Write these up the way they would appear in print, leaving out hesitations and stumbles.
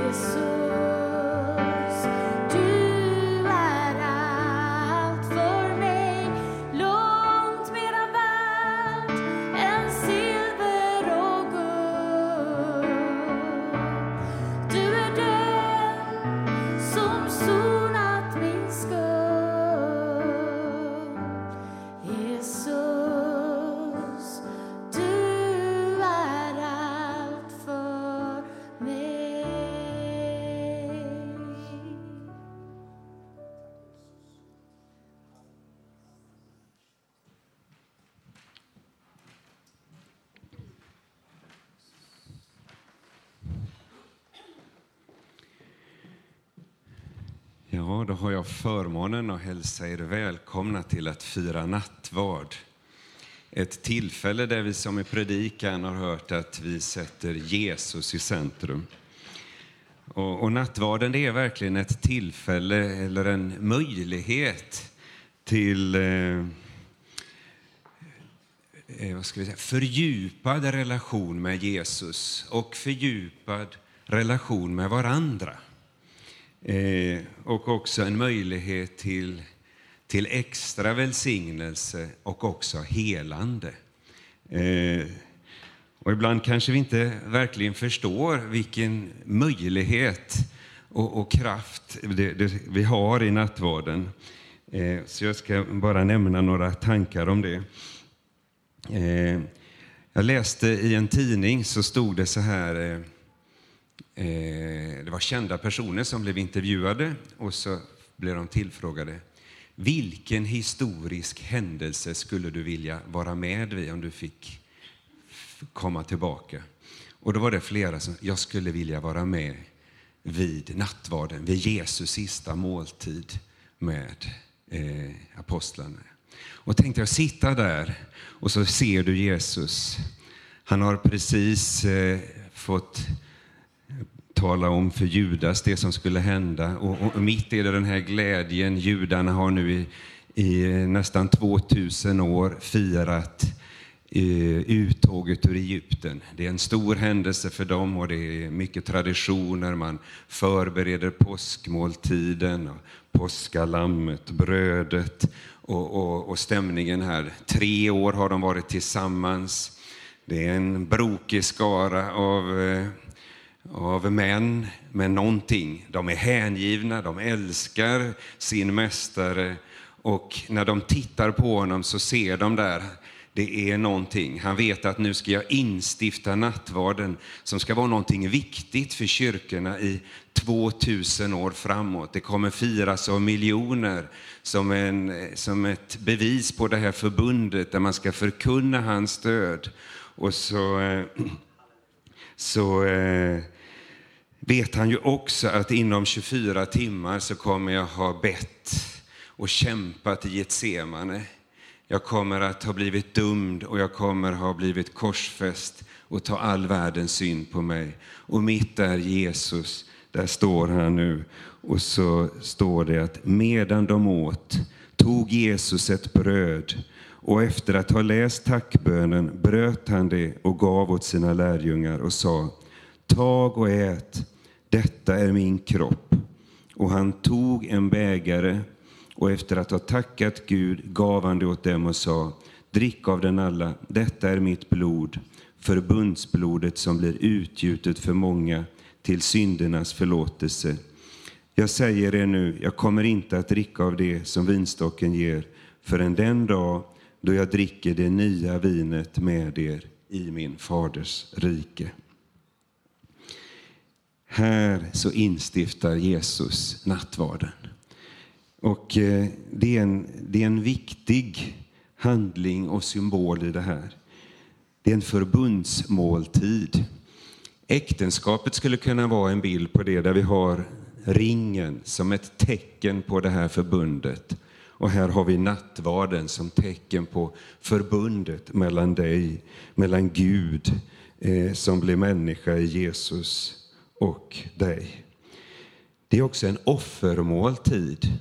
Ja, då har jag förmånen att hälsa er välkomna till att fira nattvard. Ett tillfälle där vi som i predikan har hört att vi sätter Jesus i centrum. Och nattvarden, det är verkligen ett tillfälle eller en möjlighet till fördjupad relation med Jesus och fördjupad relation med varandra. Och också en möjlighet till extra välsignelse och också helande. Och ibland kanske vi inte verkligen förstår vilken möjlighet och kraft vi har i nattvarden. Så jag ska bara nämna några tankar om det. Jag läste i en tidning, så stod det så här. Det var kända personer som blev intervjuade och så blev de tillfrågade. Vilken historisk händelse skulle du vilja vara med vid om du fick komma tillbaka? Och då var det flera som, jag skulle vilja vara med vid nattvarden, vid Jesus sista måltid med apostlarna. Och tänkte jag sitta där och så ser du Jesus. Han har precis fått tala om för Judas det som skulle hända. Och mitt i den här glädjen, judarna har nu i nästan 2000 år firat uttåget ur Egypten. Det är en stor händelse för dem och det är mycket traditioner. Man förbereder påskmåltiden och påskalammet, brödet och stämningen här. 3 år har de varit tillsammans. Det är en brokig skara av män med någonting. De är hängivna, de älskar sin mästare och när de tittar på honom så ser de där, det är någonting. Han vet att nu ska jag instifta nattvarden som ska vara någonting viktigt för kyrkorna i 2000 år framåt. Det kommer firas av miljoner som ett bevis på det här förbundet där man ska förkunna hans död. Och så vet han ju också att inom 24 timmar så kommer jag ha bett och kämpat i Getsemane. Jag kommer att ha blivit dömd och jag kommer ha blivit korsfäst och ta all världens synd på mig. Och mitt där Jesus, där står han nu. Och så står det att medan de åt tog Jesus ett bröd och efter att ha läst tackbönen bröt han det och gav åt sina lärjungar och sa: tag och ät, detta är min kropp. Och han tog en bägare och efter att ha tackat Gud gav han det åt dem och sa: drick av den alla, detta är mitt blod, förbundsblodet som blir utgjutet för många till syndernas förlåtelse. Jag säger er nu, jag kommer inte att dricka av det som vinstocken ger förrän den dag då jag dricker det nya vinet med er i min faders rike. Här så instiftar Jesus nattvarden. Och det är en viktig handling och symbol i det här. Det är en förbundsmåltid. Äktenskapet skulle kunna vara en bild på det, där vi har ringen som ett tecken på det här förbundet. Och här har vi nattvarden som tecken på förbundet mellan Gud som blir människa i Jesus och dig. Det är också en offermåltid.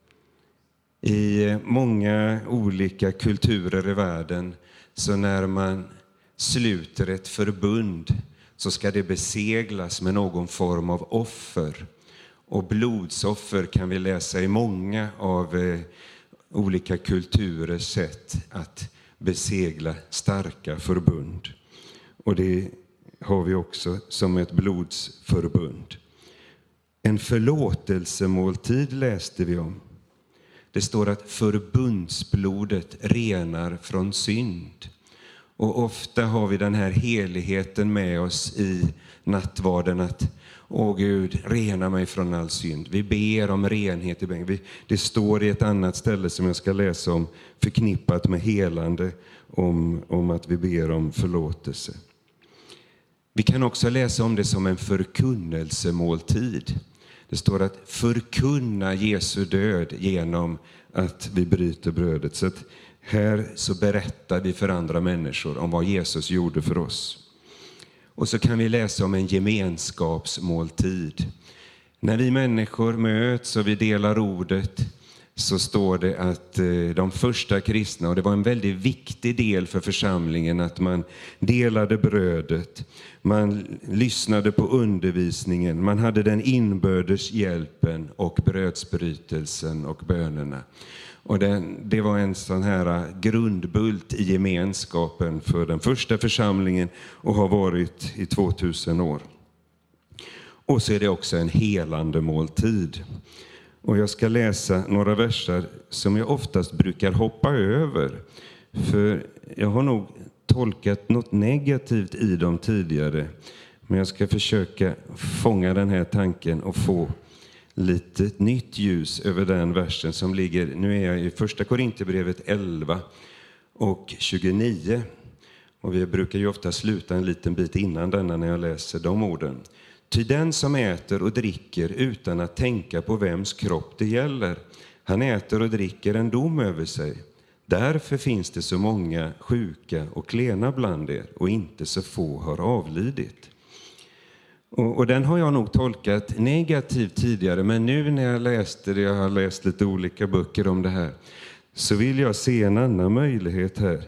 I många olika kulturer i världen så när man sluter ett förbund så ska det beseglas med någon form av offer. Och blodsoffer kan vi läsa i många av olika kulturers sätt att besegla starka förbund. Och det har vi också som ett blodsförbund. En förlåtelsemåltid läste vi om. Det står att förbundsblodet renar från synd. Och ofta har vi den här heligheten med oss i nattvarden att åh Gud, rena mig från all synd. Vi ber om renhet i bänken. Det står i ett annat ställe som jag ska läsa om, förknippat med helande, om att vi ber om förlåtelse. Vi kan också läsa om det som en förkunnelsemåltid. Det står att förkunna Jesu död genom att vi bryter brödet. Så att här så berättar vi för andra människor om vad Jesus gjorde för oss. Och så kan vi läsa om en gemenskapsmåltid. När vi människor möts och vi delar ordet så står det att de första kristna, och det var en väldigt viktig del för församlingen, att man delade brödet, man lyssnade på undervisningen, man hade den inbördes hjälpen och brödsbrytelsen och bönerna. Och det var en sån här grundbult i gemenskapen för den första församlingen och har varit i 2000 år. Och så är det också en helande måltid. Och jag ska läsa några verser som jag oftast brukar hoppa över. För jag har nog tolkat något negativt i dem tidigare. Men jag ska försöka fånga den här tanken och få lite nytt ljus över den versen som ligger. Nu är jag i första Korinthierbrevet 11 och 29. Och vi brukar ju ofta sluta en liten bit innan denna när jag läser de orden. Ty den som äter och dricker utan att tänka på vems kropp det gäller, han äter och dricker en dom över sig. Därför finns det så många sjuka och klena bland er, och inte så få har avlidit. Och den har jag nog tolkat negativt tidigare, men nu när jag läste det, jag har läst lite olika böcker om det här, så vill jag se en annan möjlighet här.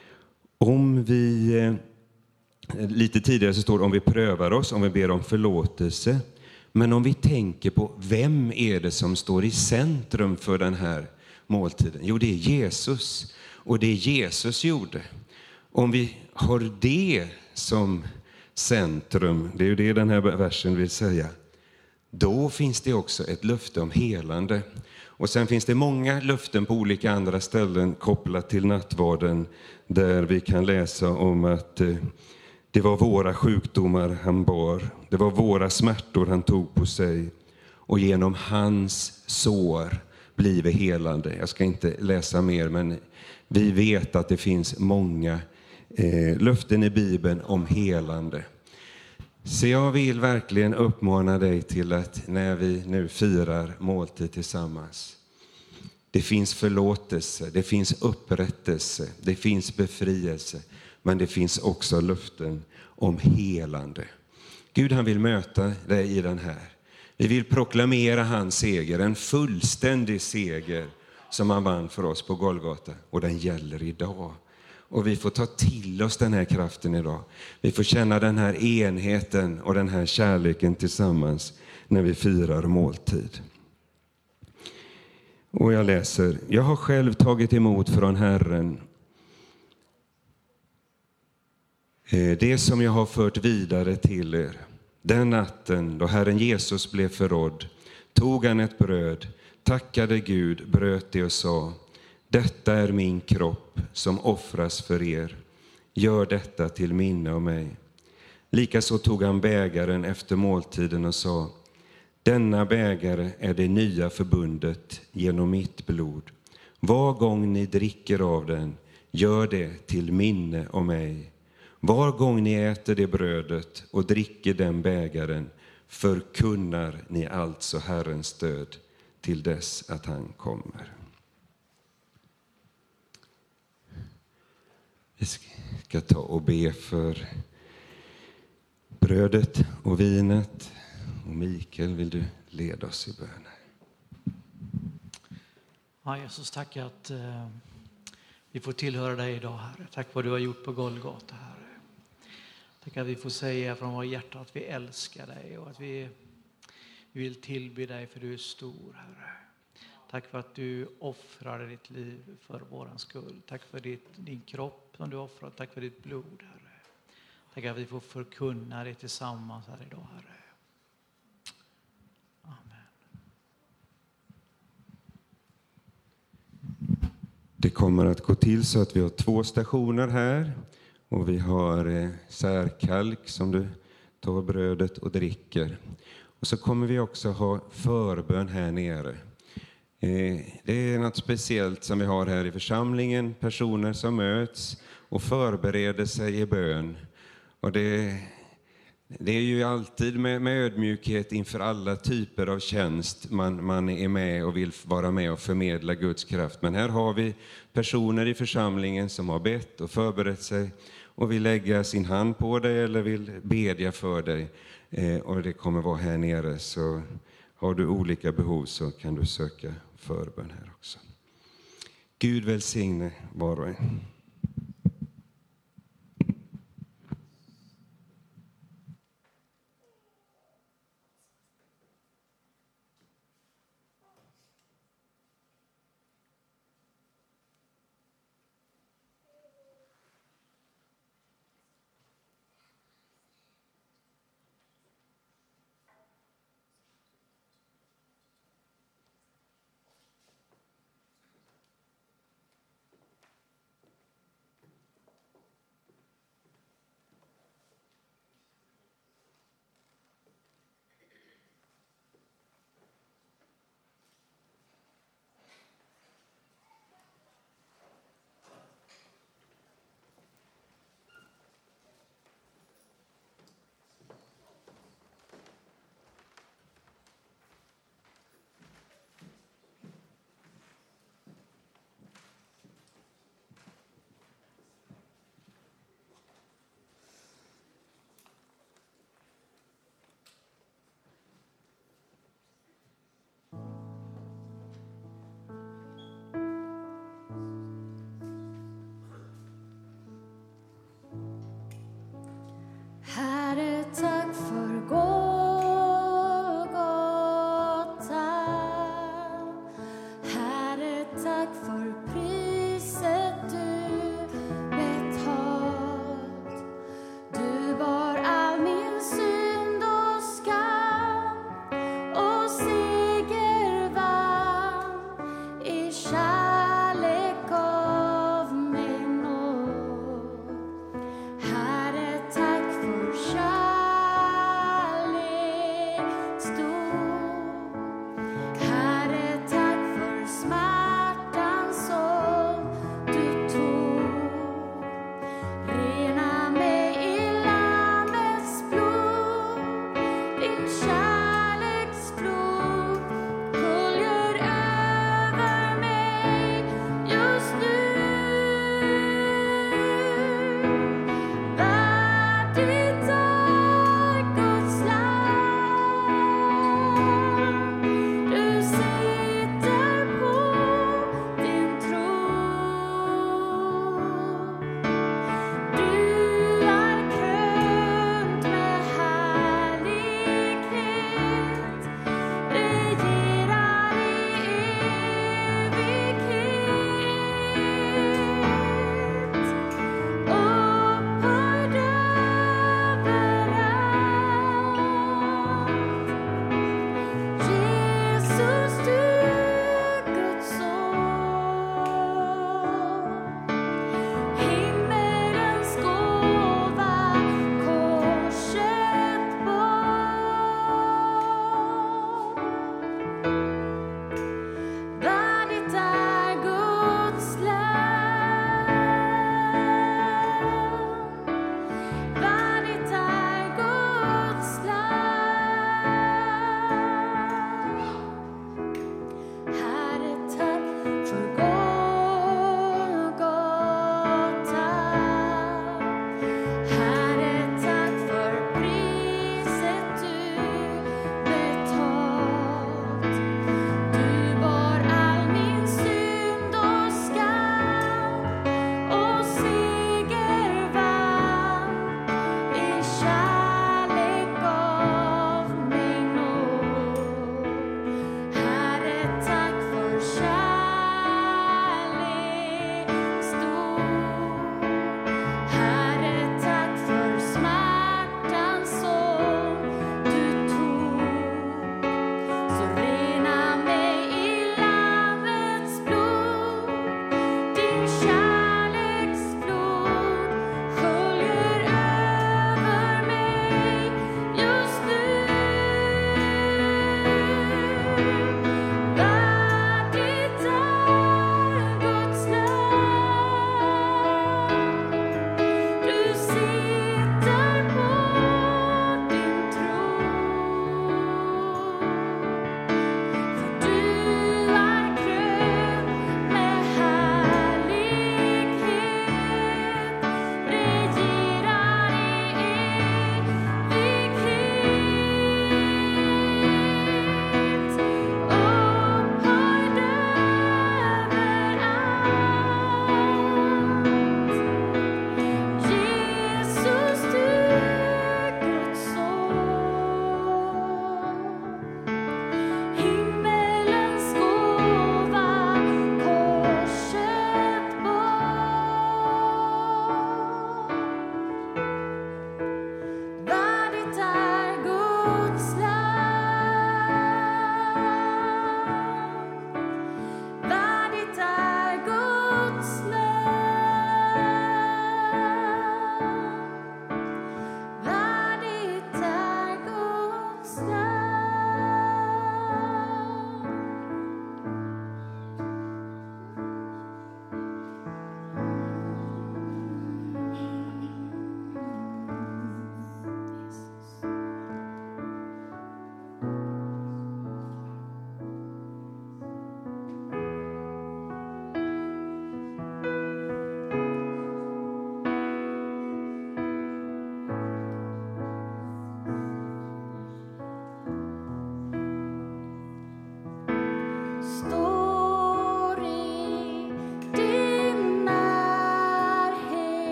Om vi... Lite tidigare så står det om vi prövar oss, om vi ber om förlåtelse. Men om vi tänker på vem är det som står i centrum för den här måltiden? Jo, det är Jesus. Och det Jesus gjorde. Om vi har det som centrum, det är ju det den här versen vill säga. Då finns det också ett löfte om helande. Och sen finns det många löften på olika andra ställen kopplat till nattvarden. Där vi kan läsa om att... Det var våra sjukdomar han bar. Det var våra smärtor han tog på sig. Och genom hans sår blir vi helande. Jag ska inte läsa mer, men vi vet att det finns många löften i Bibeln om helande. Så jag vill verkligen uppmana dig till att när vi nu firar måltid tillsammans. Det finns förlåtelse, det finns upprättelse, det finns befrielse. Men det finns också löften om helande. Gud, han vill möta dig i den här. Vi vill proklamera hans seger, en fullständig seger som han vann för oss på Golgata. Och den gäller idag. Och vi får ta till oss den här kraften idag. Vi får känna den här enheten och den här kärleken tillsammans när vi firar måltid. Och jag läser, jag har själv tagit emot från Herren det som jag har fört vidare till er. Den natten då Herren Jesus blev förrådd tog han ett bröd, tackade Gud, bröt det och sa: detta är min kropp som offras för er. Gör detta till minne av mig. Likaså tog han bägaren efter måltiden och sa: denna bägare är det nya förbundet genom mitt blod. Var gång ni dricker av den, gör det till minne av mig. Var gång ni äter det brödet och dricker den bägaren, förkunnar ni alltså Herrens död till dess att han kommer. Vi ska ta och be för brödet och vinet. Och Mikael, vill du leda oss i bön? Ja, Jesus, tack att vi får tillhöra dig idag, Herre. Tack vad du har gjort på Golgata, Herre. Tack att vi får säga från våra hjärtan att vi älskar dig och att vi vill tillbe dig för du är stor, Herre. Tack för att du offrade ditt liv för våran skull. Tack för din kropp som du offrade. Tack för ditt blod, Herre. Tack att vi får förkunna det tillsammans här idag, Herre. Amen. Det kommer att gå till så att vi har 2 stationer här. Och vi har särkalk som du tar brödet och dricker. Och så kommer vi också ha förbön här nere. Det är något speciellt som vi har här i församlingen. Personer som möts och förbereder sig i bön. Och det är ju alltid med ödmjukhet inför alla typer av tjänst man är med och vill vara med och förmedla Guds kraft. Men här har vi personer i församlingen som har bett och förberett sig och vill lägga sin hand på dig eller vill bedja för dig. Och det kommer vara här nere, så har du olika behov så kan du söka förbön här också. Gud välsigne var och en.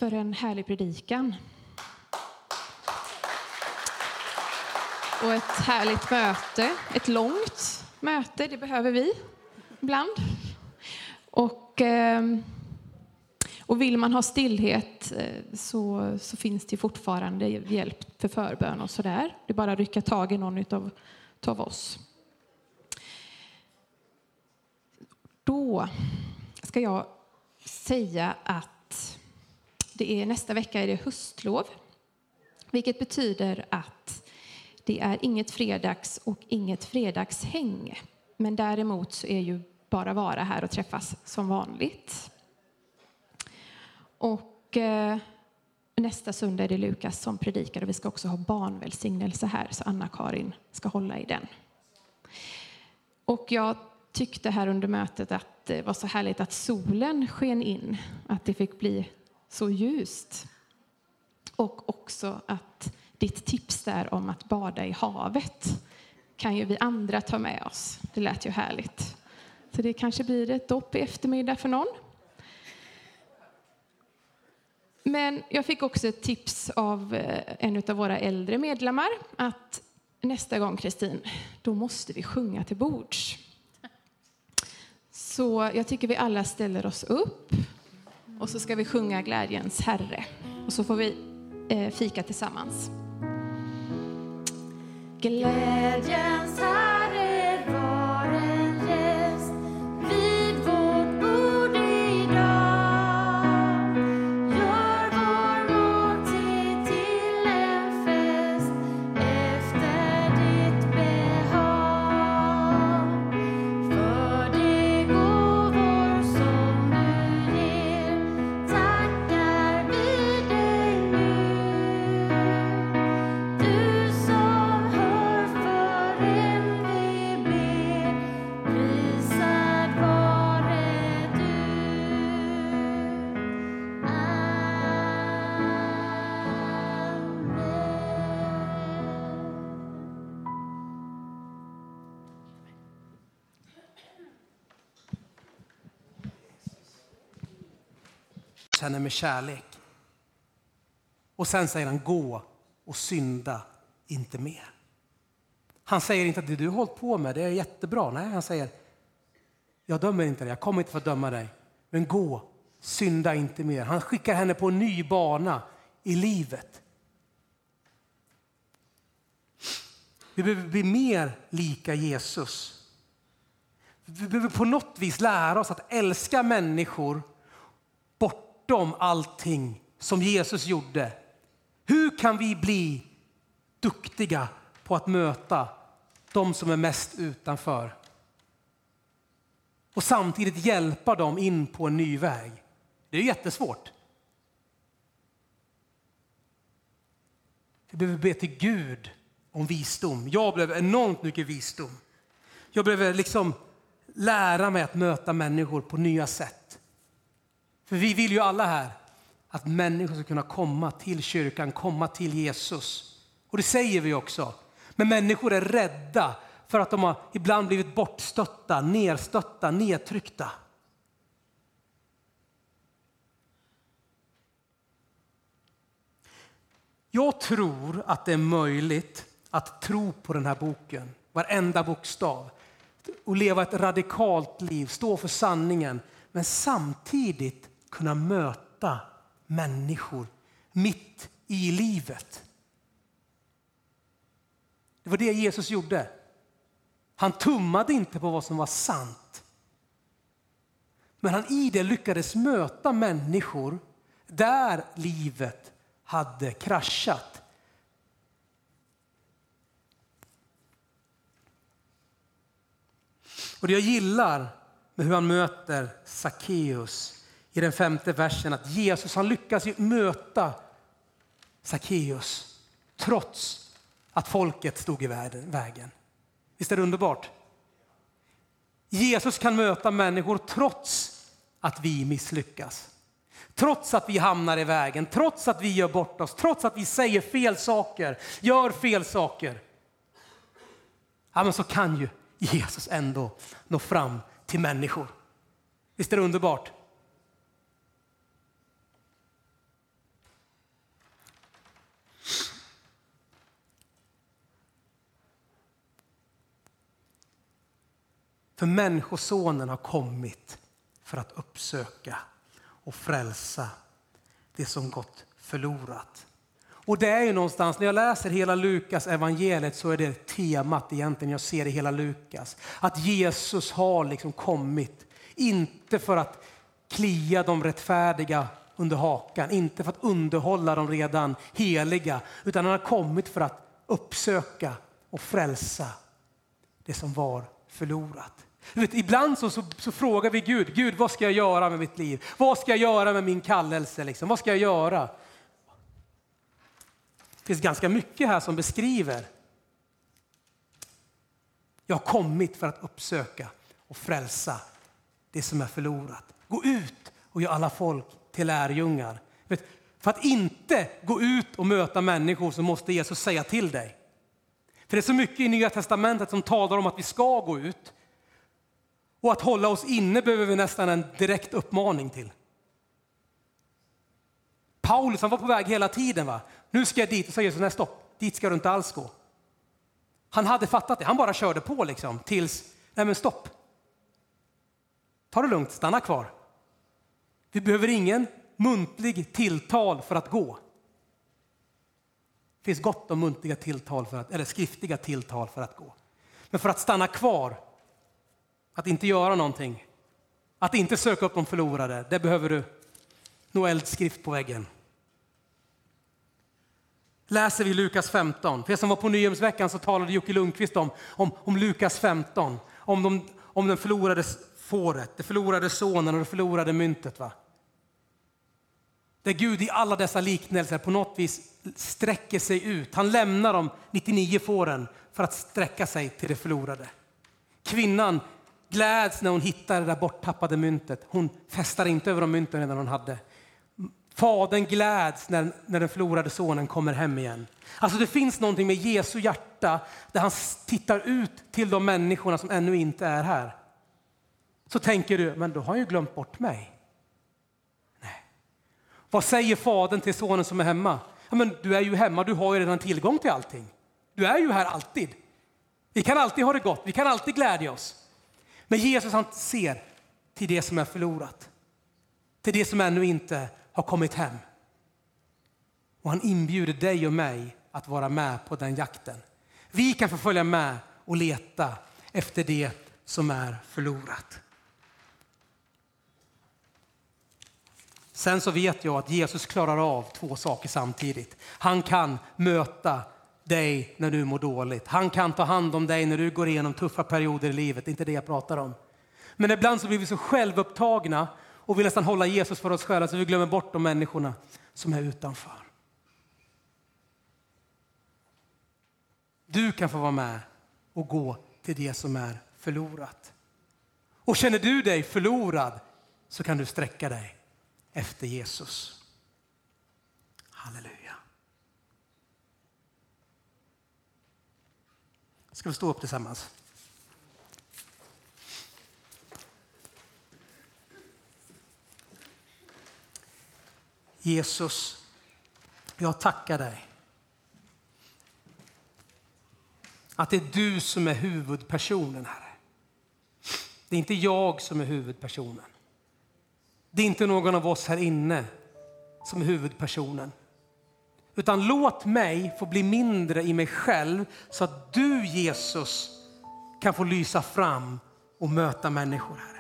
för en härlig predikan. Och ett härligt möte. Ett långt möte, det behöver vi ibland. Och vill man ha stillhet så finns det fortfarande hjälp för förbön och sådär. Det är bara att rycka tag i någon av oss. Då ska jag säga att nästa vecka är det höstlov. Vilket betyder att det är inget fredags och inget fredagshäng. Men däremot så är ju bara vara här och träffas som vanligt. Och nästa söndag är det Lukas som predikar och vi ska också ha barnvälsignelse här så Anna-Karin ska hålla i den. Och jag tyckte här under mötet att det var så härligt att solen sken in, att det fick bli så ljust. Och också att ditt tips där om att bada i havet kan ju vi andra ta med oss. Det lät ju härligt. Så det kanske blir ett dopp i eftermiddag för någon. Men jag fick också ett tips av en av våra äldre medlemmar att nästa gång, Kristin, då måste vi sjunga till bords. Så jag tycker vi alla ställer oss upp och så ska vi sjunga Glädjens Herre. Och så får vi fika tillsammans. Glädjens Herre var en gäst vid vårt bord idag. Gör vår måltid till en fest efter ditt behag. För de gåvor som du ger tackar vi dig nu. Du som hör för en vi ber, prisad vare du. Känner med kärlek. Och sen säger han gå och synda inte mer. Han säger inte att det du har hållit på med det är jättebra. Nej, han säger jag dömer inte dig, jag kommer inte för att döma dig. Men gå, synda inte mer. Han skickar henne på en ny bana i livet. Vi behöver bli mer lika Jesus. Vi behöver på något vis lära oss att älska människor bortom allting som Jesus gjorde. Hur kan vi bli duktiga på att möta de som är mest utanför? Och samtidigt hjälpa dem in på en ny väg. Det är jättesvårt. Vi behöver be till Gud om visdom. Jag behöver enormt mycket visdom. Jag behöver lära mig att möta människor på nya sätt. För vi vill ju alla här att människor ska kunna komma till kyrkan, komma till Jesus. Och det säger vi också. Men människor är rädda för att de har ibland blivit bortstötta, nerstötta, nedtryckta. Jag tror att det är möjligt att tro på den här boken, varenda bokstav, och leva ett radikalt liv, stå för sanningen, men samtidigt kunna möta människor mitt i livet. Det var det Jesus gjorde. Han tummade inte på vad som var sant. Men han i det lyckades möta människor där livet hade kraschat. Och det jag gillar med hur han möter Sackeus i den 5:e versen, att Jesus han lyckas ju möta Sackeus trots att folket stod i vägen. Visst är det underbart? Jesus kan möta människor trots att vi misslyckas. Trots att vi hamnar i vägen, trots att vi gör bort oss, trots att vi säger fel saker, gör fel saker. Ja, men så kan ju Jesus ändå nå fram till människor. Visst är det underbart? För människosonen har kommit för att uppsöka och frälsa det som gått förlorat. Och det är ju någonstans, när jag läser hela Lukas evangeliet så är det temat egentligen jag ser i hela Lukas. Att Jesus har liksom kommit, inte för att klia de rättfärdiga under hakan, inte för att underhålla de redan heliga, utan han har kommit för att uppsöka och frälsa det som var förlorat. Du vet, ibland så frågar vi Gud, vad ska jag göra med mitt liv? Vad ska jag göra med min kallelse? Liksom? Vad ska jag göra? Det finns ganska mycket här som beskriver. Jag har kommit för att uppsöka och frälsa det som är förlorat. Gå ut och gör alla folk till lärjungar. Vet, för att inte gå ut och möta människor så måste Jesus säga till dig. För det är så mycket i Nya testamentet som talar om att vi ska gå ut. Och att hålla oss inne behöver vi nästan en direkt uppmaning till. Paulus, han var på väg hela tiden. Va? Nu ska jag dit. Och så Jesus, nej stopp, dit ska du inte alls gå. Han hade fattat det. Han bara körde på liksom. Tills, nej men stopp. Ta det lugnt, stanna kvar. Vi behöver ingen muntlig tilltal för att gå. Det finns gott om muntliga tilltal eller skriftliga tilltal för att gå. Men för att stanna kvar, att inte göra någonting, att inte söka upp de förlorade, det behöver du nog eldskrift på väggen. Läser vi Lukas 15. För jag som var på Nyhemsveckan så talade Jocke Lundqvist om Lukas 15. Om den förlorade fåret, det förlorade sonen och det förlorade myntet. Va? Där Gud i alla dessa liknelser på något vis sträcker sig ut. Han lämnar de 99 fåren för att sträcka sig till det förlorade. Kvinnan gläds när hon hittar det där borttappade myntet. Hon festar inte över de mynten redan hon hade. Fadern gläds när den förlorade sonen kommer hem igen. Alltså det finns någonting med Jesu hjärta där han tittar ut till de människorna som ännu inte är här. Så tänker du, men då har han ju glömt bort mig. Nej. Vad säger fadern till sonen som är hemma? Ja, men du är ju hemma, du har ju redan tillgång till allting. Du är ju här alltid. Vi kan alltid ha det gott, vi kan alltid glädja oss. Men Jesus han ser till det som är förlorat. Till det som ännu inte har kommit hem. Och han inbjuder dig och mig att vara med på den jakten. Vi kan få följa med och leta efter det som är förlorat. Sen så vet jag att Jesus klarar av 2 saker samtidigt. Han kan möta dig när du mår dåligt. Han kan ta hand om dig när du går igenom tuffa perioder i livet. Det är inte det jag pratar om. Men ibland så blir vi så självupptagna och vill nästan hålla Jesus för oss själva så vi glömmer bort de människorna som är utanför. Du kan få vara med och gå till det som är förlorat. Och känner du dig förlorad så kan du sträcka dig efter Jesus. Halleluja. Ska vi stå upp tillsammans? Jesus, jag tackar dig att det är du som är huvudpersonen, Herre. Det är inte jag som är huvudpersonen. Det är inte någon av oss här inne som är huvudpersonen. Utan låt mig få bli mindre i mig själv så att du, Jesus, kan få lysa fram och möta människor, Herre.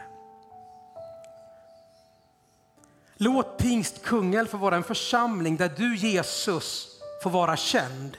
Låt Pingst Kungälv få vara en församling där du, Jesus, får vara känd.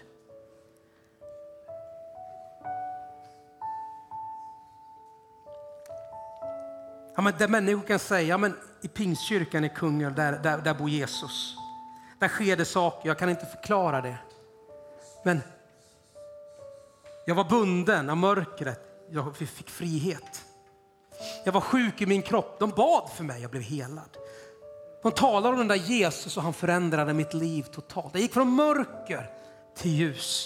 Ja, men där människor kan säga, ja, men i Pingstkyrkan i Kungälv, där bor Jesus. Där sker det saker, jag kan inte förklara det. Men jag var bunden av mörkret, jag fick frihet. Jag var sjuk i min kropp, de bad för mig, jag blev helad. De talar om den där Jesus och han förändrade mitt liv totalt. Jag gick från mörker till ljus.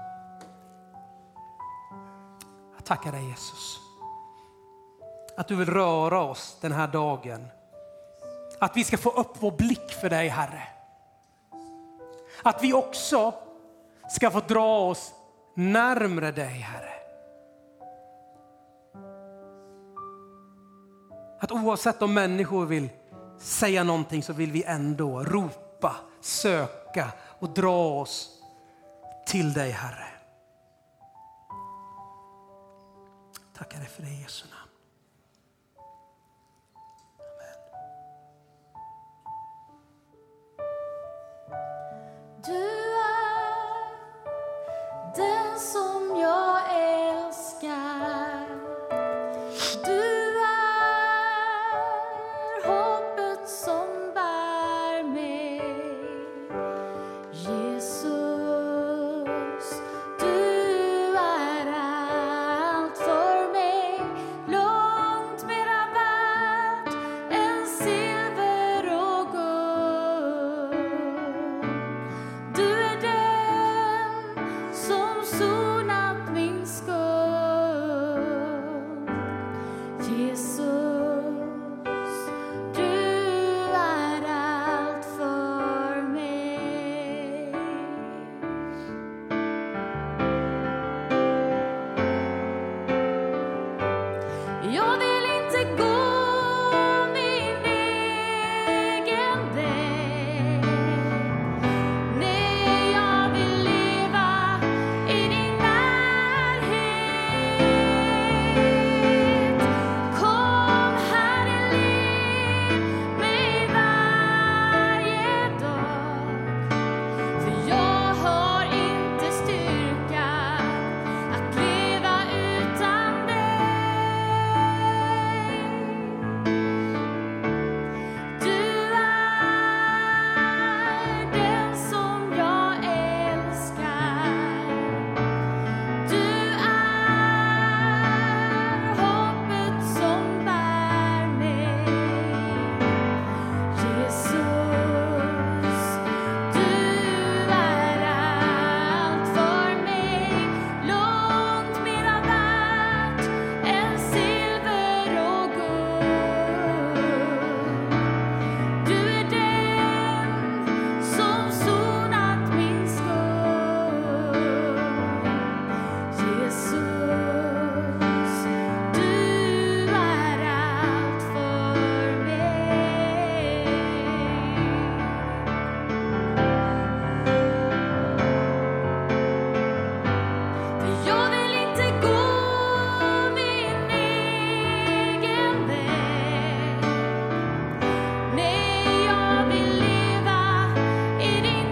Jag tackar dig, Jesus. Att du vill röra oss den här dagen. Att vi ska få upp vår blick för dig, Herre. Att vi också ska få dra oss närmare dig, Herre. Att oavsett om människor vill säga någonting så vill vi ändå ropa, söka och dra oss till dig, Herre. Tackar dig för det i Jesu namn. Du är den som jag älskar. Du är hoppet som bär mig. Jesus, du är allt för mig. Långt mera värt än silver och guld. Du är den som sonat min skuld. Jesus, du är allt för mig. Jag vill inte gå min egen väg. Nej, jag vill leva i din närhet. Kom, Herre, led mig varje dag. För jag har inte styrka att leva utan dig. Du är den som jag älskar. Du är hoppet som bär mig. Jesus, du är allt för mig. Långt mera värt än silver och guld. Du är den som sonat min skuld. Jesus, du är allt för mig. För jag vill inte gå min egen väg. Nej, jag vill leva i din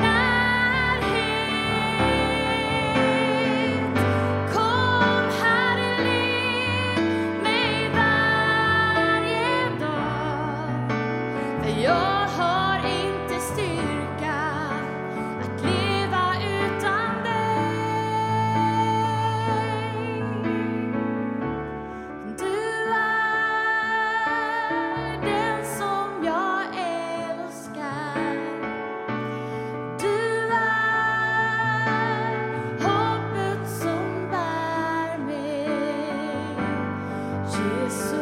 närhet. Kom, Herre, led mig varje dag. För jag har inte styrka att leva utan dig. Du är den som jag älskar. Du är hoppet som bär mig. Jesus,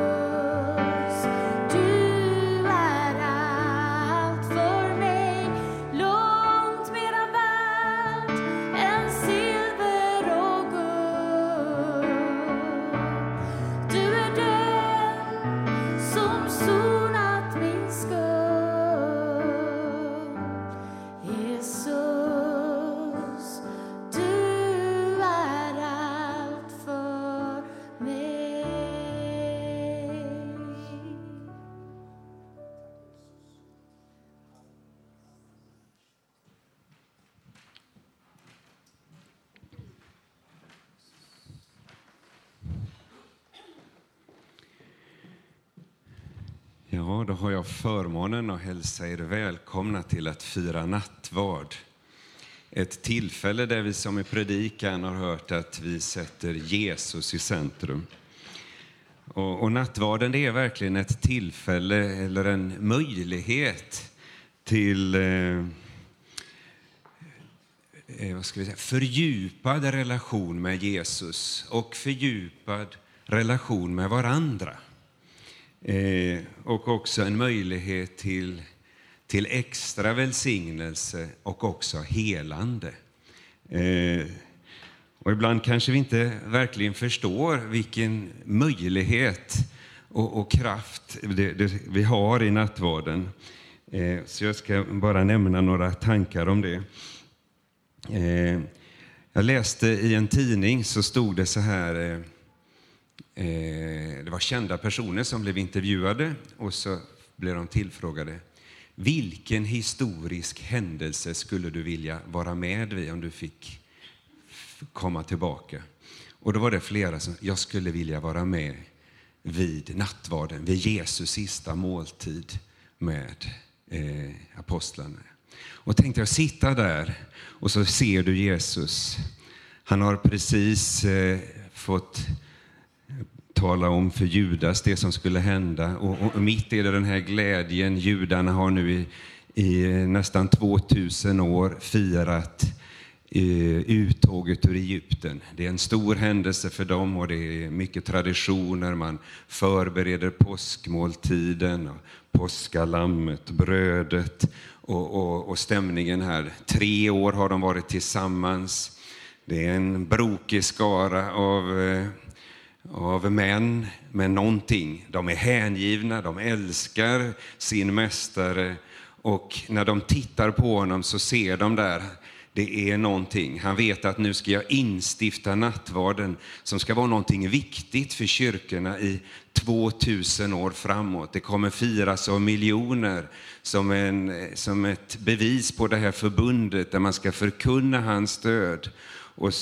du är allt för mig. Långt mera värt än silver och guld. Du är den som sonat min skuld. Jesus, du är allt för mig. Ja, då har jag förmånen att hälsa er välkomna till att fira nattvard. Ett tillfälle där vi som i predikan har hört att vi sätter Jesus i centrum. Och nattvarden, det är verkligen ett tillfälle eller en möjlighet till fördjupad relation med Jesus och fördjupad relation med varandra. Och också en möjlighet till extra välsignelse och också helande. Och ibland kanske vi inte verkligen förstår vilken möjlighet och kraft vi har i nattvarden. Så jag ska bara nämna några tankar om det. Jag läste i en tidning, så stod det så här. Det var kända personer som blev intervjuade och så blev de tillfrågade. Vilken historisk händelse skulle du vilja vara med vid om du fick komma tillbaka? Och då var det flera som, jag skulle vilja vara med vid nattvarden, vid Jesus sista måltid med apostlarna. Och tänkte jag sitta där och så ser du Jesus. Han har precis fått tala om för Judas det som skulle hända. Och mitt i den här glädjen, judarna har nu i nästan 2000 år firat uttåget ur Egypten. Det är en stor händelse för dem och det är mycket traditioner. Man förbereder påskmåltiden och påskalammet, brödet och stämningen här. 3 år har de varit tillsammans. Det är en brokig skara av män med någonting. De är hängivna, de älskar sin mästare och när de tittar på honom så ser de där, det är någonting. Han vet att nu ska jag instifta nattvarden som ska vara någonting viktigt för kyrkorna i 2000 år framåt. Det kommer firas av miljoner som ett bevis på det här förbundet där man ska förkunna hans död. Och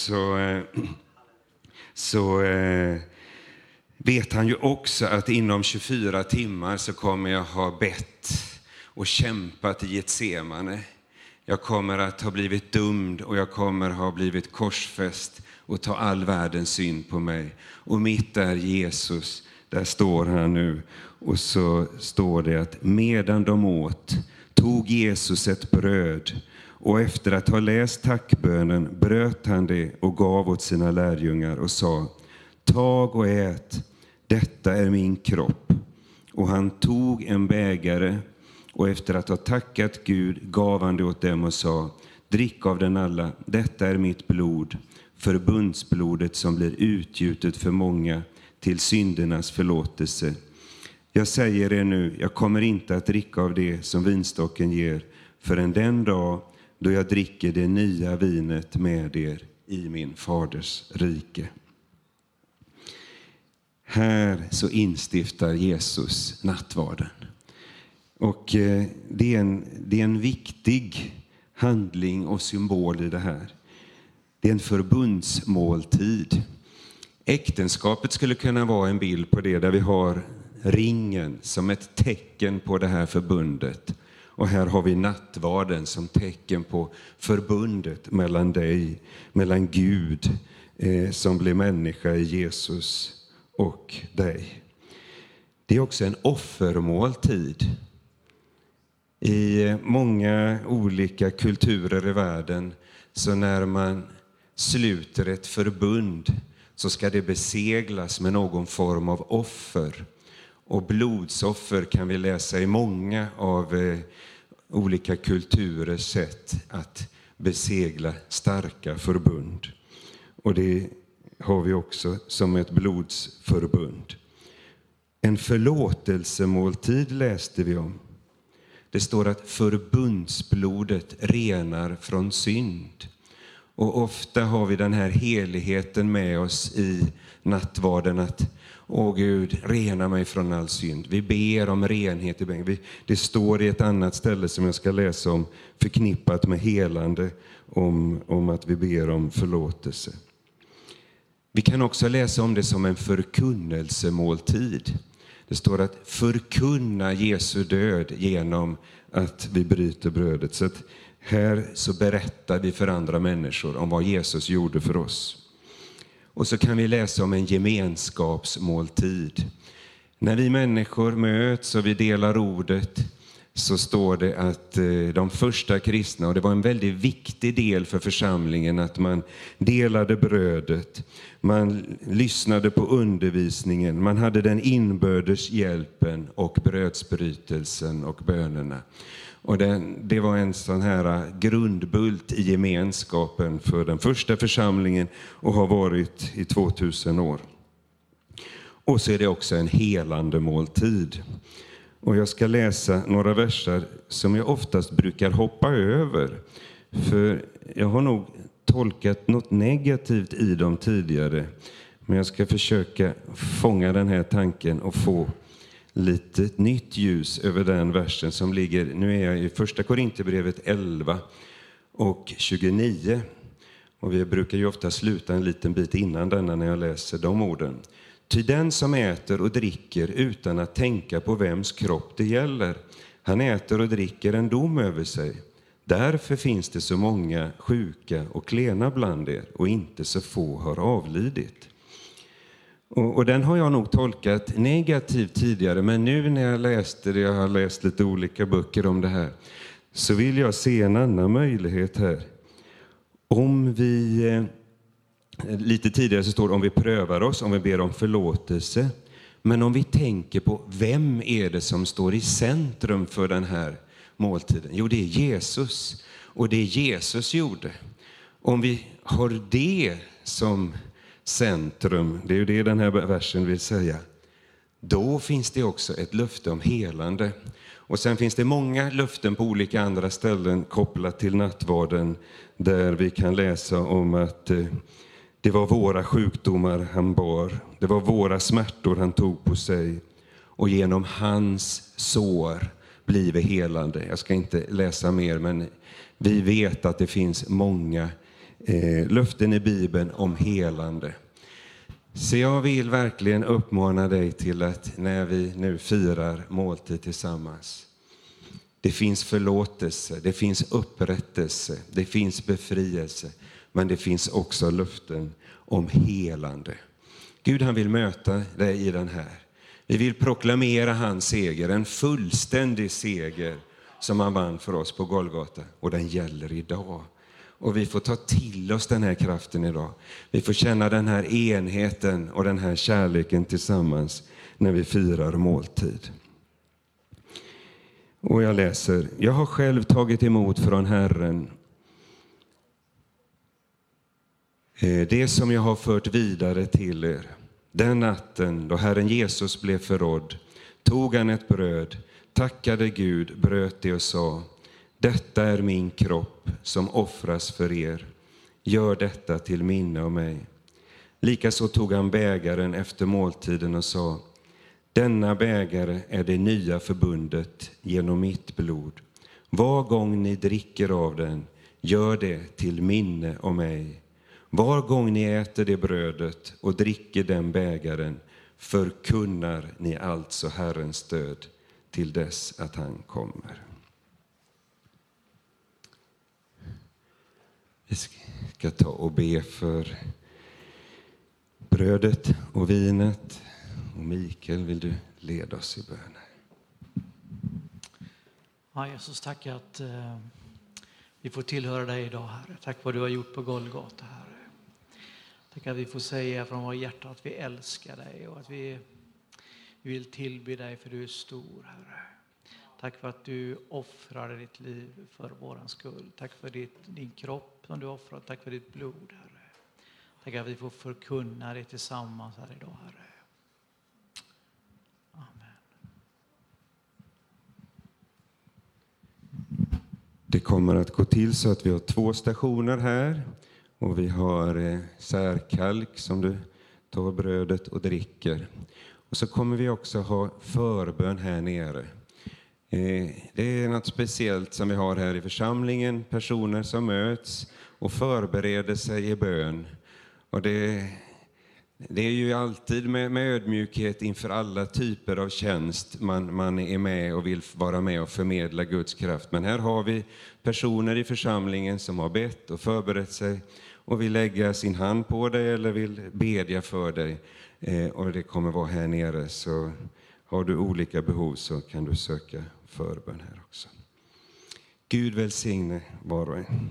så vet han ju också att inom 24 timmar så kommer jag ha bett och kämpat i Getsemane. Jag kommer att ha blivit dömd och jag kommer ha blivit korsfäst och ta all världens synd på mig. Och mitt där Jesus, där står han nu. Och så står det att medan de åt tog Jesus ett bröd och efter att ha läst tackbönen bröt han det och gav åt sina lärjungar och sa: tag och ät, detta är min kropp. Och han tog en bägare och efter att ha tackat Gud gav han det åt dem och sa: drick av den alla, detta är mitt blod, förbundsblodet som blir utgjutet för många till syndernas förlåtelse. Jag säger er nu, jag kommer inte att dricka av det som vinstocken ger förrän den dag då jag dricker det nya vinet med er i min faders rike. Här så instiftar Jesus nattvarden. Och det är en viktig handling och symbol i det här. Det är en förbundsmåltid. Äktenskapet skulle kunna vara en bild på det, där vi har ringen som ett tecken på det här förbundet. Och här har vi nattvarden som tecken på förbundet mellan Gud som blir människa i Jesus och dig. Det är också en offermåltid. I många olika kulturer i världen så när man sluter ett förbund så ska det beseglas med någon form av offer. Och blodsoffer kan vi läsa i många av olika kulturers sätt att besegla starka förbund. Och det har vi också som ett blodsförbund. En förlåtelsemåltid läste vi om. Det står att förbundsblodet renar från synd. Och ofta har vi den här heligheten med oss i nattvarden att åh Gud, rena mig från all synd. Vi ber om renhet i bänken. Det står i ett annat ställe som jag ska läsa om, förknippat med helande, om att vi ber om förlåtelse. Vi kan också läsa om det som en förkunnelsemåltid. Det står att förkunna Jesu död genom att vi bryter brödet. Så att här så berättar vi för andra människor om vad Jesus gjorde för oss. Och så kan vi läsa om en gemenskapsmåltid. När vi människor möts och vi delar ordet så står det att de första kristna, och det var en väldigt viktig del för församlingen, att man delade brödet, man lyssnade på undervisningen, man hade den inbördes hjälpen och brödsbrytelsen och bönerna. Och det var en sån här grundbult i gemenskapen för den första församlingen och har varit i 2000 år. Och så är det också en helande måltid. Och jag ska läsa några verser som jag oftast brukar hoppa över. För jag har nog tolkat något negativt i dem tidigare. Men jag ska försöka fånga den här tanken och få lite nytt ljus över den versen som ligger. Nu är jag i första Korinthierbrevet 11 och 29. Och vi brukar ju ofta sluta en liten bit innan denna när jag läser de orden. Ty den som äter och dricker utan att tänka på vems kropp det gäller, han äter och dricker en dom över sig. Därför finns det så många sjuka och klena bland er, och inte så få har avlidit. Och den har jag nog tolkat negativt tidigare, men nu när jag läste det, jag har läst lite olika böcker om det här, så vill jag se en annan möjlighet här. Om vi, lite tidigare så står det om vi prövar oss, om vi ber om förlåtelse. Men om vi tänker på vem är det som står i centrum för den här måltiden? Jo, det är Jesus. Och det Jesus gjorde. Om vi har det som centrum, det är ju det den här versen vill säga, då finns det också ett löfte om helande. Och sen finns det många löften på olika andra ställen kopplat till nattvarden, där vi kan läsa om att det var våra sjukdomar han bar, det var våra smärtor han tog på sig, och genom hans sår blir vi helande. Jag ska inte läsa mer, men vi vet att det finns många löften i Bibeln om helande. Så jag vill verkligen uppmana dig till att när vi nu firar måltid tillsammans, det finns förlåtelse, det finns upprättelse, det finns befrielse, men det finns också löften om helande. Gud, han vill möta dig i den här. Vi vill proklamera hans seger, en fullständig seger som han vann för oss på Golgata, och den gäller idag. Och vi får ta till oss den här kraften idag. Vi får känna den här enheten och den här kärleken tillsammans när vi firar måltid. Och jag läser: jag har själv tagit emot från Herren det som jag har fört vidare till er. Den natten då Herren Jesus blev förrådd tog han ett bröd, tackade Gud, bröt det och sa: detta är min kropp som offras för er. Gör detta till minne av mig. Likaså tog han bägaren efter måltiden och sa: denna bägare är det nya förbundet genom mitt blod. Var gång ni dricker av den, gör det till minne av mig. Var gång ni äter det brödet och dricker den bägaren, förkunnar ni alltså Herrens död till dess att han kommer. Vi ska ta och be för brödet och vinet. Och Mikael, vill du leda oss i bön? Ja, Jesus, tack att vi får tillhöra dig idag, Herre. Tack för vad du har gjort på Golgata, Herre. Tack att vi får säga från våra hjärtan att vi älskar dig och att vi vill tillbe dig för du är stor, Herre. Tack för att du offrade ditt liv för våran skull. Tack för din kropp som du offrade. Tack för ditt blod, Herre. Tack att vi får förkunna det tillsammans här idag, Herre. Amen. Det kommer att gå till så att vi har 2 stationer här. Och vi har särkalk som du tar brödet och dricker. Och så kommer vi också ha förbön här nere. Det är något speciellt som vi har här i församlingen. Personer som möts och förbereder sig i bön. Och det är ju alltid med ödmjukhet inför alla typer av tjänst man är med och vill vara med och förmedla Guds kraft. Men här har vi personer i församlingen som har bett och förberett sig och vill lägga sin hand på dig eller vill bedja för dig. Och det kommer vara här nere, så har du olika behov så kan du söka förbön här också. Gud välsigne var och en.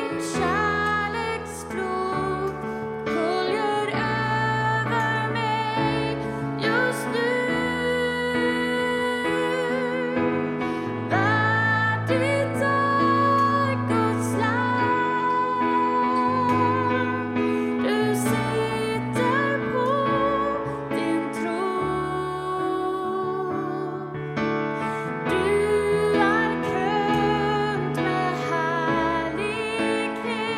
Du är krönt med härlighet.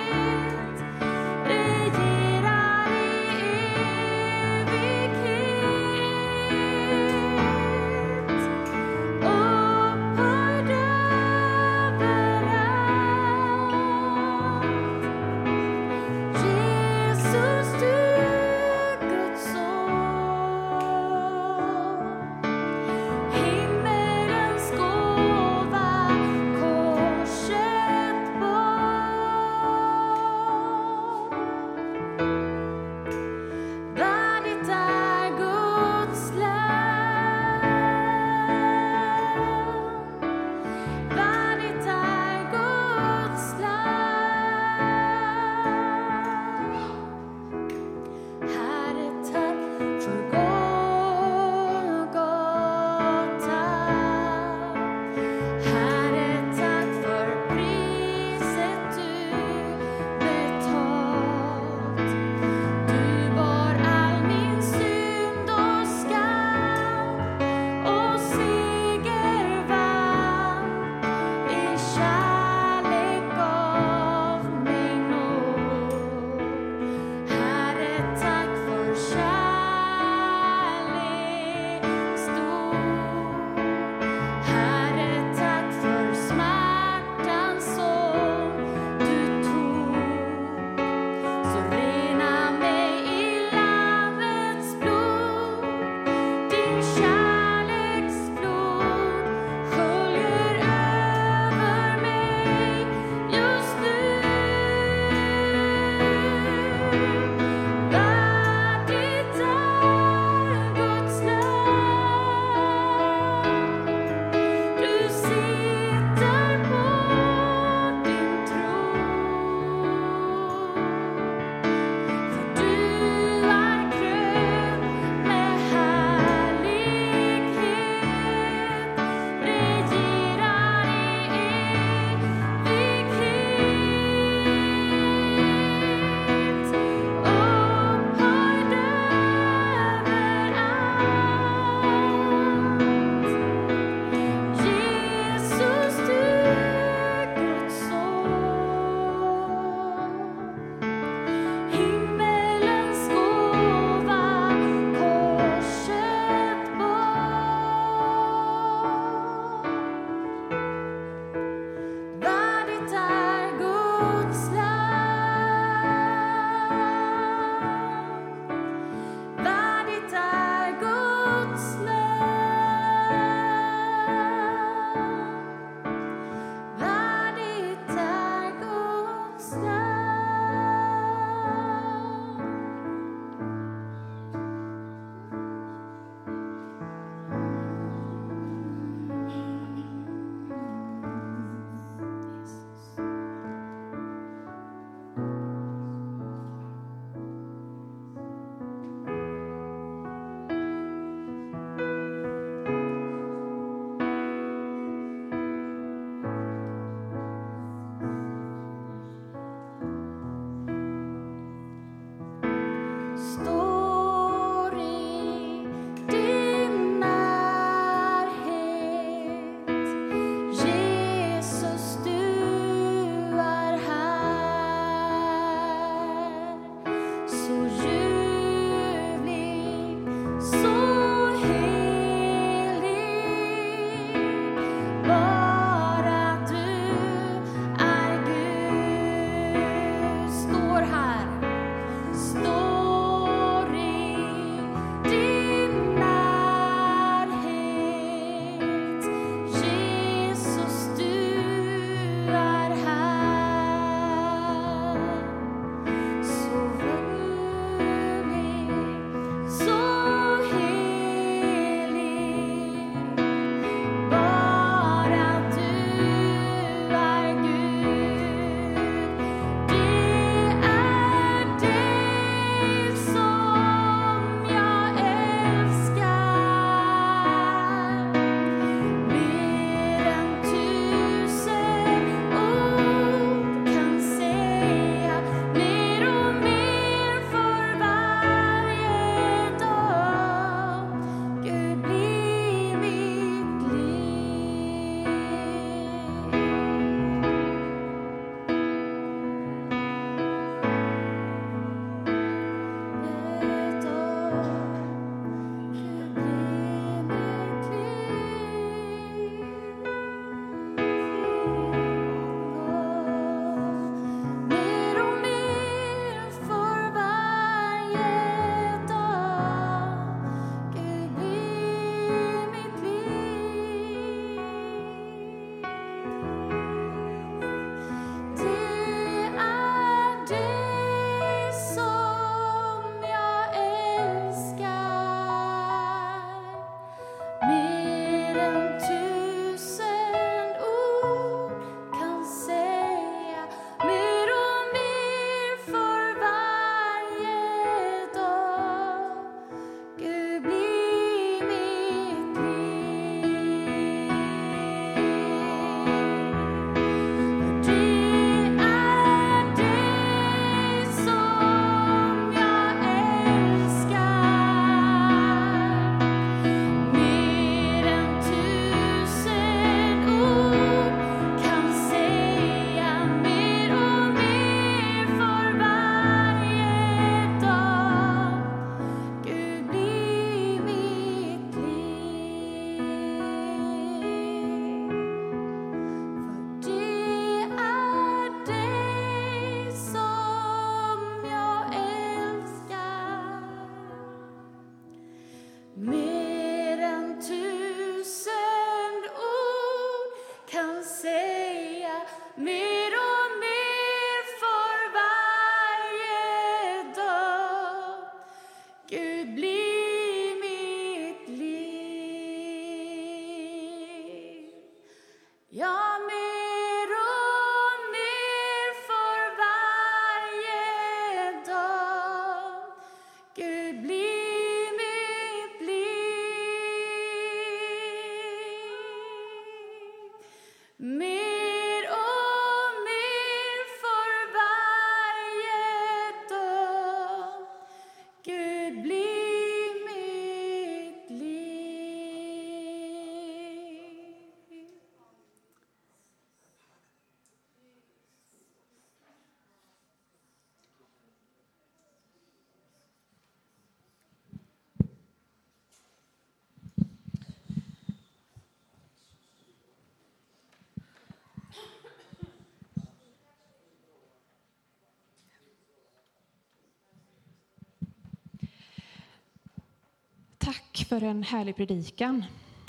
för en härlig predikan.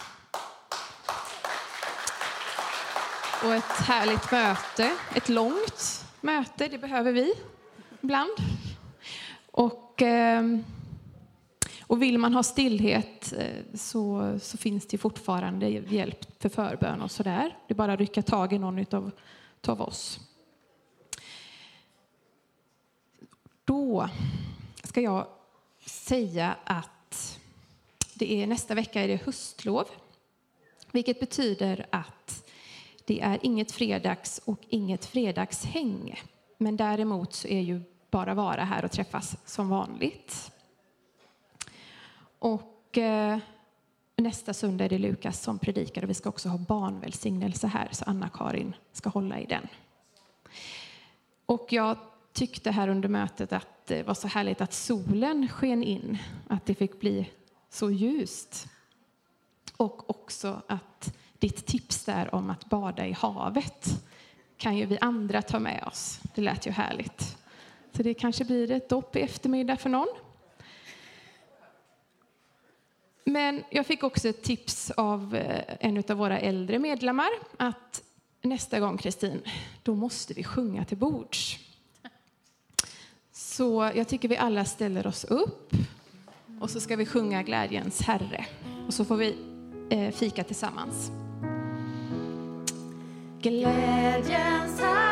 Och ett härligt möte, ett långt möte, det behöver vi ibland. Och vill man ha stillhet så finns det fortfarande hjälp för förbön och sådär. Det är bara att rycka tag i någon av oss. Då ska jag säga att nästa vecka är det höstlov. Vilket betyder att det är inget fredags och inget fredagshäng. Men däremot så är ju bara vara här och träffas som vanligt. Och nästa söndag är det Lukas som predikar och vi ska också ha barnvälsignelse här så Anna-Karin ska hålla i den. Och jag tyckte här under mötet att det var så härligt att solen sken in, att det fick bli så ljust. Och också att ditt tips där om att bada i havet kan ju vi andra ta med oss. Det lät ju härligt. Så det kanske blir ett dopp i eftermiddag för någon. Men jag fick också ett tips av en av våra äldre medlemmar att nästa gång, Kristin, då måste vi sjunga till bords. Så jag tycker vi alla ställer oss upp och så ska vi sjunga Glädjens Herre. Och så får vi fika tillsammans. Glädjens Herre.